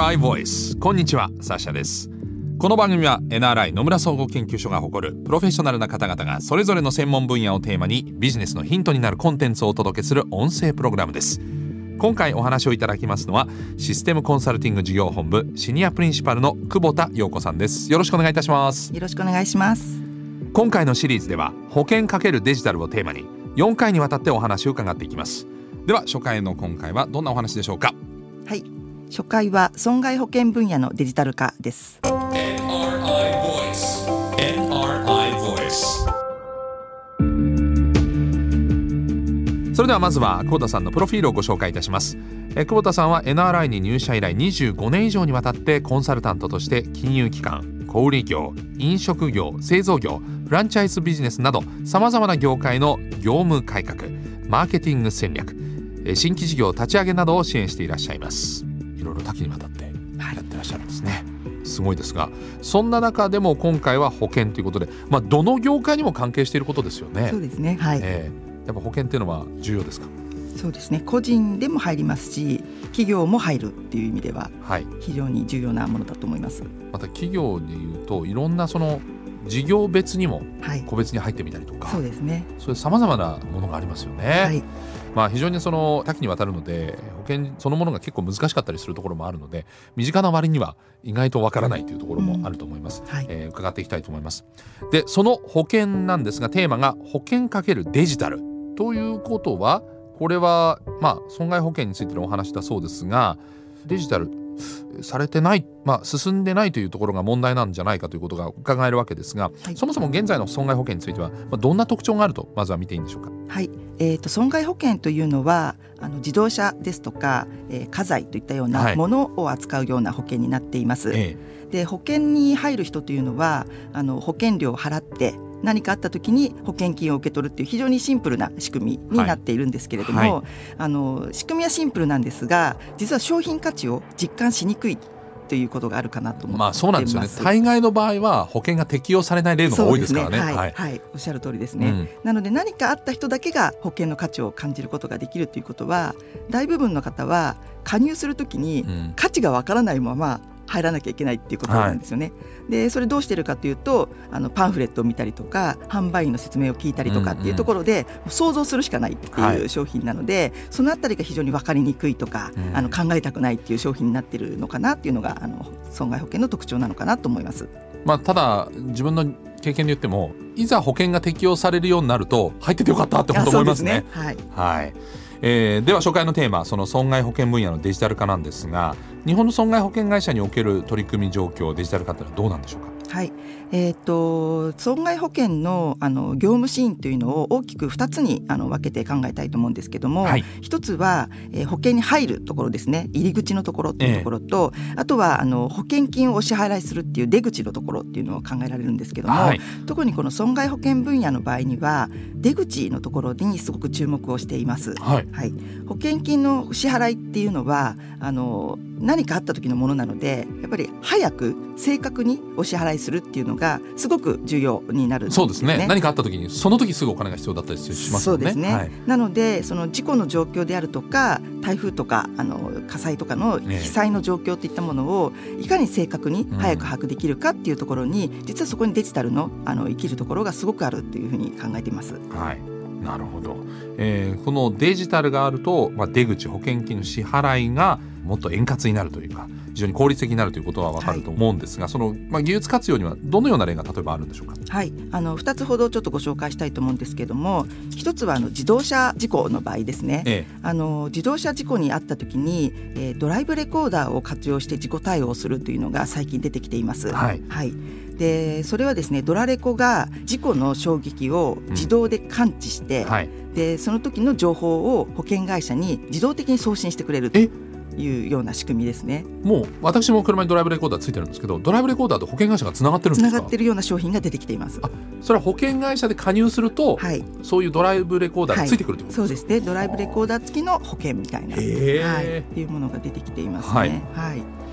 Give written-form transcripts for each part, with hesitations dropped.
NRI Voice。こんにちは、サーシャです。この番組は NRI 野村総合研究所が誇るプロフェッショナルな方々がそれぞれの専門分野をテーマにビジネスのヒントになるコンテンツをお届けする音声プログラムです。今回お話をいただきますのはシステムコンサルティング事業本部シニアプリンシパルの久保田陽子さんです。よろしくお願いいたします。 よろしくお願いします。 今回のシリーズでは保険×デジタルをテーマに4回にわたってお話を伺っていきます。では初回の今回はどんなお話でしょうか。 はい、初回は損害保険分野のデジタル化です。 NRI Voice。NRI Voice。それではまずは久保田さんのプロフィールをご紹介いたします。久保田さんは NRI に入社以来25年以上にわたってコンサルタントとして金融機関、小売業、飲食業、製造業、フランチャイズビジネスなどさまざまな業界の業務改革、マーケティング戦略、新規事業立ち上げなどを支援していらっしゃいます。いろいろ多岐にわたってやってらっしゃるんですね。すごいですが、そんな中でも今回は保険ということで、どの業界にも関係していることですよね。 そうですね、はい。 やっぱ保険っていうのは重要ですか。 そうですね、個人でも入りますし企業も入るっていう意味では非常に重要なものだと思います。 また企業でいうといろんなその事業別にも個別に入ってみたりとか、 そうですね、 そういうさまざまなものがありますよね。非常にその多岐にわたるので保険そのものが結構難しかったりするところもあるので、身近な割には意外とわからないというところもあると思います。伺っていきたいと思います。で、その保険なんですが、テーマが保険×デジタルということは、これは損害保険についてのお話だそうですが、デジタルされてない、進んでないというところが問題なんじゃないかということが伺えるわけですが、そもそも現在の損害保険についてはどんな特徴があるとまずは見ていいんでしょうか。 はい、損害保険というのは自動車ですとか、家財といったようなものを扱うような保険になっています。で、保険に入る人というのは保険料を払って何かあった時に保険金を受け取るっていう非常にシンプルな仕組みになっているんですけれども、仕組みはシンプルなんですが、実は商品価値を実感しにくいということがあるかなと思っています。 そうなんですよね。大概の場合は保険が適用されない例のが多いですからね。 おっしゃる通りですね。なので何かあった人だけが保険の価値を感じることができるということは、大部分の方は加入するときに価値がわからないまま入らなきゃいけないっていうことなんですよね。で、それどうしてるかというとパンフレットを見たりとか販売員の説明を聞いたりとかっていうところで想像するしかないっていう商品なので、そのあたりが非常に分かりにくいとか、考えたくないっていう商品になってるのかなっていうのが損害保険の特徴なのかなと思います。 ただ自分の経験で言っても、いざ保険が適用されるようになると入っててよかったって本当思いますね。では初回のテーマ、その損害保険分野のデジタル化なんですが、日本の損害保険会社における取り組み状況、デジタル化というのはどうなんでしょうか。 損害保険の業務シーンというのを大きく2つに分けて考えたいと思うんですけども、1つは、保険に入るところですね、入り口のところっていうところと、あとは保険金をお支払いするっていう出口のところっていうのを考えられるんですけども、特にこの損害保険分野の場合には出口のところにすごく注目をしています。保険金の支払いっていうのは何かあった時のものなので、やっぱり早く正確にお支払いするっていうのがすごく重要になるんですね。そうですね。 何かあった時にその時すぐお金が必要だったりしますよね。そうですね。 なのでその事故の状況であるとか台風とか火災とかの被災の状況といったものをいかに正確に早く把握できるかっていうところに、実はそこにデジタルの生きるところがすごくあるというふうに考えています。 なるほど。このデジタルがあると、出口保険金の支払いがもっと円滑になるというか、非常に効率的になるということは分かると思うんですが、その、技術活用にはどのような例が例えばあるんでしょうか。 2つほどちょっとご紹介したいと思うんですけども、1つは自動車事故の場合ですね。自動車事故に遭った時に、ドライブレコーダーを活用して事故対応するというのが最近出てきています。で、それはですね、ドラレコが事故の衝撃を自動で感知して、でその時の情報を保険会社に自動的に送信してくれるというような仕組みですね。 もう私も車にドライブレコーダーついてるんですけど、ドライブレコーダーと保険会社がつながってるんですか。 つながってるような商品が出てきています。 それは保険会社で加入すると、そういうドライブレコーダーがついてくるということですか。 そうですね、ドライブレコーダー付きの保険みたいな、いうものが出てきていますね。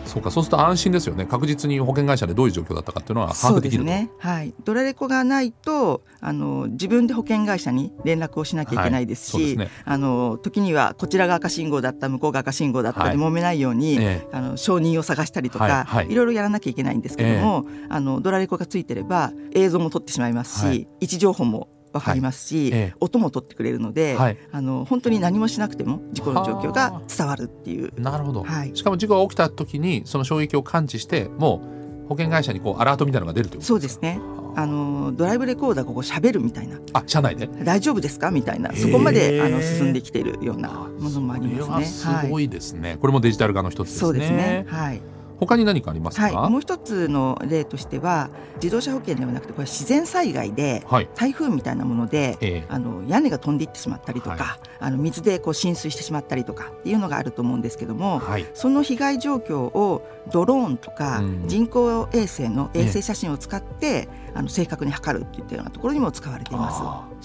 そうか、そうすると安心ですよね。確実に保険会社でどういう状況だったかっていうのは把握できると。 そうですね、はい、ドラレコがないと自分で保険会社に連絡をしなきゃいけないですし、はい、そうですね、時にはこちらが赤信号だった向こうが赤信号だったで揉めないように、承認を探したりとか、いろいろやらなきゃいけないんですけども、ドラレコがついてれば映像も撮ってしまいますし、位置情報も分かりますし、音も取ってくれるので、本当に何もしなくても事故の状況が伝わるっていう。 なるほど、しかも事故が起きた時にその衝撃を感知してもう保険会社にアラートみたいなのが出るということですか。 そうですね、ドライブレコーダーここ喋るみたいな、 車内で大丈夫ですかみたいな、そこまで進んできているようなものもありますね。 これはすごいですね、これもデジタル化の一つですね。 そうですね、はい。 他に何かありますか。 もう一つの例としては自動車保険ではなくてこれ自然災害で、台風みたいなもので、屋根が飛んでいってしまったりとか、水で浸水してしまったりとかっていうのがあると思うんですけども、その被害状況をドローンとか人工衛星の衛星写真を使って、正確に測るっていったようなところにも使われています。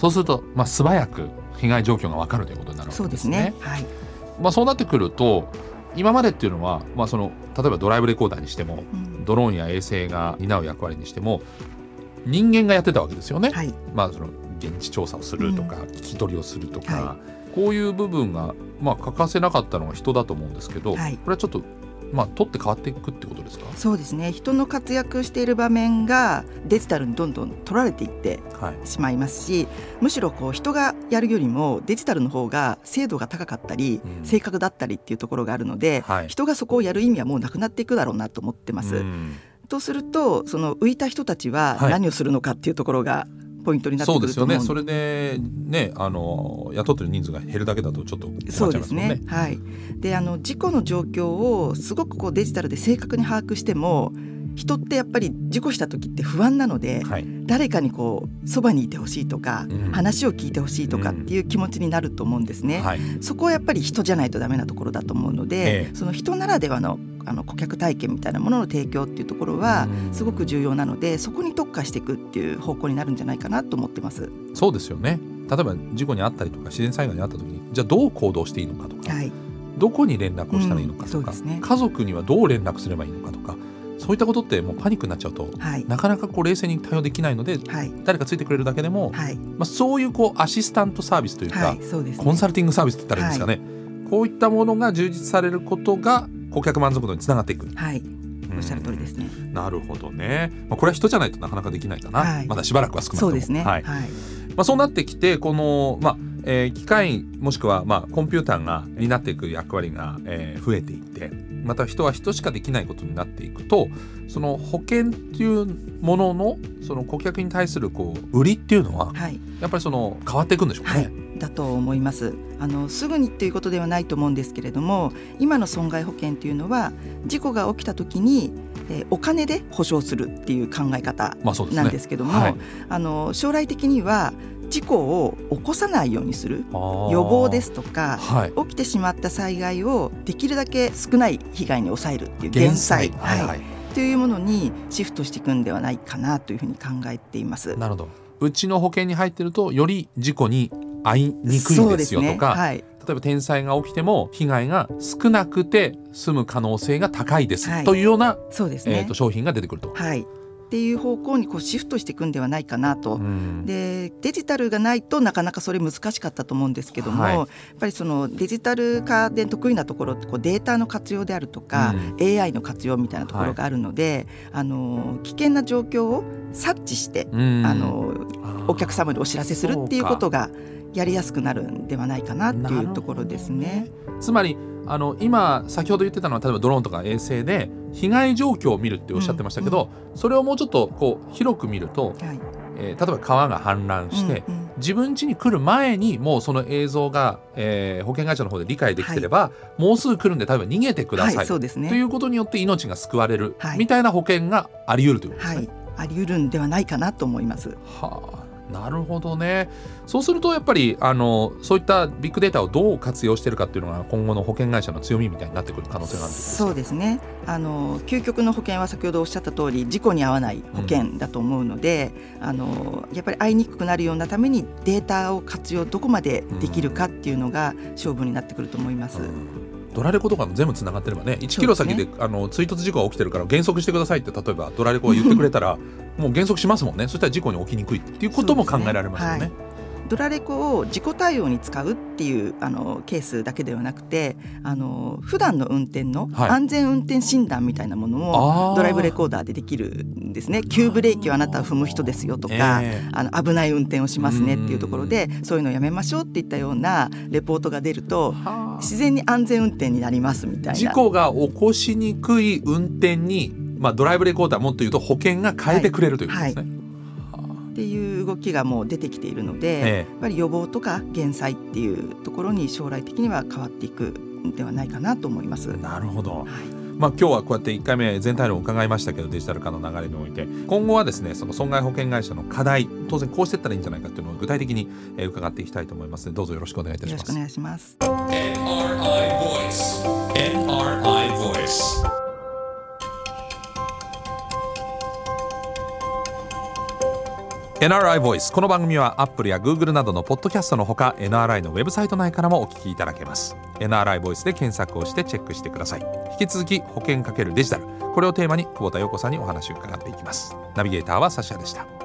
そうすると、素早く被害状況が分かるということになるわけですね。そうですね、はい。そうなってくると今までっていうのは、例えばドライブレコーダーにしても、ドローンや衛星が担う役割にしても人間がやってたわけですよね。その現地調査をするとか、聞き取りをするとか、こういう部分が、欠かせなかったのが人だと思うんですけど、これはちょっと取って変わっていくってことですか。 そうですね、人の活躍している場面がデジタルにどんどん取られていってしまいますし、むしろ人がやるよりもデジタルの方が精度が高かったり、正確だったりっていうところがあるので、人がそこをやる意味はもうなくなっていくだろうなと思ってます。とするとその浮いた人たちは何をするのかっていうところがポイントになってくると思うんです。 そうですよね。それでね、雇ってる人数が減るだけだとちょっと困っちゃいますもんね。そうですね、 はい。で事故の状況をすごくデジタルで正確に把握しても、人ってやっぱり事故した時って不安なので、誰かにそばにいてほしいとか、話を聞いてほしいとかっていう気持ちになると思うんですね。そこはやっぱり人じゃないとダメなところだと思うので、その人ならではの顧客体験みたいなものの提供っていうところはすごく重要なので、そこに特化していくっていう方向になるんじゃないかなと思ってます。 そうですよね。例えば事故にあったりとか自然災害にあった時に、じゃあどう行動していいのかとか、どこに連絡をしたらいいのかとか、家族にはどう連絡すればいいのかとか、そういったことってもうパニックになっちゃうと、なかなか冷静に対応できないので、誰かついてくれるだけでも、そういうアシスタントサービスというか、コンサルティングサービスって言ったらいいんですかね、こういったものが充実されることが顧客満足度につながっていく。 おっしゃる通りですね。 なるほどね。これは人じゃないとなかなかできないかな、まだしばらくは少なくとも。 そうですね、 そうなってきてこの、機械もしくは、コンピューターが担っていく役割が、増えていって、また人は人しかできないことになっていくと、その保険っていうもののその顧客に対する売りっていうのは、やっぱり変わっていくんでしょうかね。 だと思います。すぐにっていうことではないと思うんですけれども、今の損害保険というのは事故が起きた時に、お金で保証するっていう考え方なんですけども、将来的には事故を起こさないようにする予防ですとか、起きてしまった災害をできるだけ少ない被害に抑えるっていう減災、というものにシフトしていくんではないかなというふうに考えています。 なるほど。うちの保険に入っているとより事故に遭いにくいですよとか、例えば天災が起きても被害が少なくて済む可能性が高いです、というような、商品が出てくると。 っていう方向にシフトしていくんではないかなと。でデジタルがないとなかなかそれ難しかったと思うんですけども、やっぱりそのデジタル化で得意なところってデータの活用であるとか、AI の活用みたいなところがあるので、危険な状況を察知して、お客様にお知らせするっていうことがやりやすくなるんではないかなっていうところですね。 つまり今先ほど言ってたのは例えばドローンとか衛星で被害状況を見るっておっしゃってましたけど、それをもうちょっと広く見ると、例えば川が氾濫して、自分家に来る前にもうその映像が、保険会社の方で理解できてれば、もうすぐ来るんで例えば逃げてください、ということによって命が救われる、みたいな保険があり得るということですね。 あり得るんではないかなと思います。 なるほどね。そうするとやっぱりそういったビッグデータをどう活用しているかっていうのが今後の保険会社の強みみたいになってくる可能性があるんですか。 そうですね。究極の保険は先ほどおっしゃった通り事故に遭わない保険だと思うので、やっぱり会いにくくなるようなためにデータを活用どこまでできるかっていうのが勝負になってくると思います。 ドラレコとかも全部つながってればね、1キロ先で追突事故が起きてるから減速してくださいって例えばドラレコが言ってくれたらもう減速しますもんね。そしたら事故に起きにくいっていうことも考えられますよね。 ドラレコを事故対応に使うっていうケースだけではなくて、普段の運転の安全運転診断みたいなものもドライブレコーダーでできるんですね。急ブレーキをあなたは踏む人ですよとか、危ない運転をしますねっていうところで、そういうのをやめましょうっていったようなレポートが出ると自然に安全運転になりますみたいな。 事故が起こしにくい運転に、ドライブレコーダーもっと言うと保険が変えてくれるということですね。 っていう動きがもう出てきているので、やっぱり予防とか減災っていうところに将来的には変わっていくんではないかなと思います。 なるほど、今日はこうやって1回目全体論を伺いましたけど、デジタル化の流れにおいて今後はですね、その損害保険会社の課題、当然こうしていったらいいんじゃないかっていうのを具体的に伺っていきたいと思いますので、どうぞよろしくお願いいたします。 よろしくお願いします。 NRI Voice。NRI Voice、 この番組は Apple や Google などのポッドキャストのほか NRI のウェブサイト内からもお聞きいただけます。 NRI Voice で検索をしてチェックしてください。引き続き保険×デジタル、これをテーマに久保田陽子さんにお話を伺っていきます。ナビゲーターはサシャでした。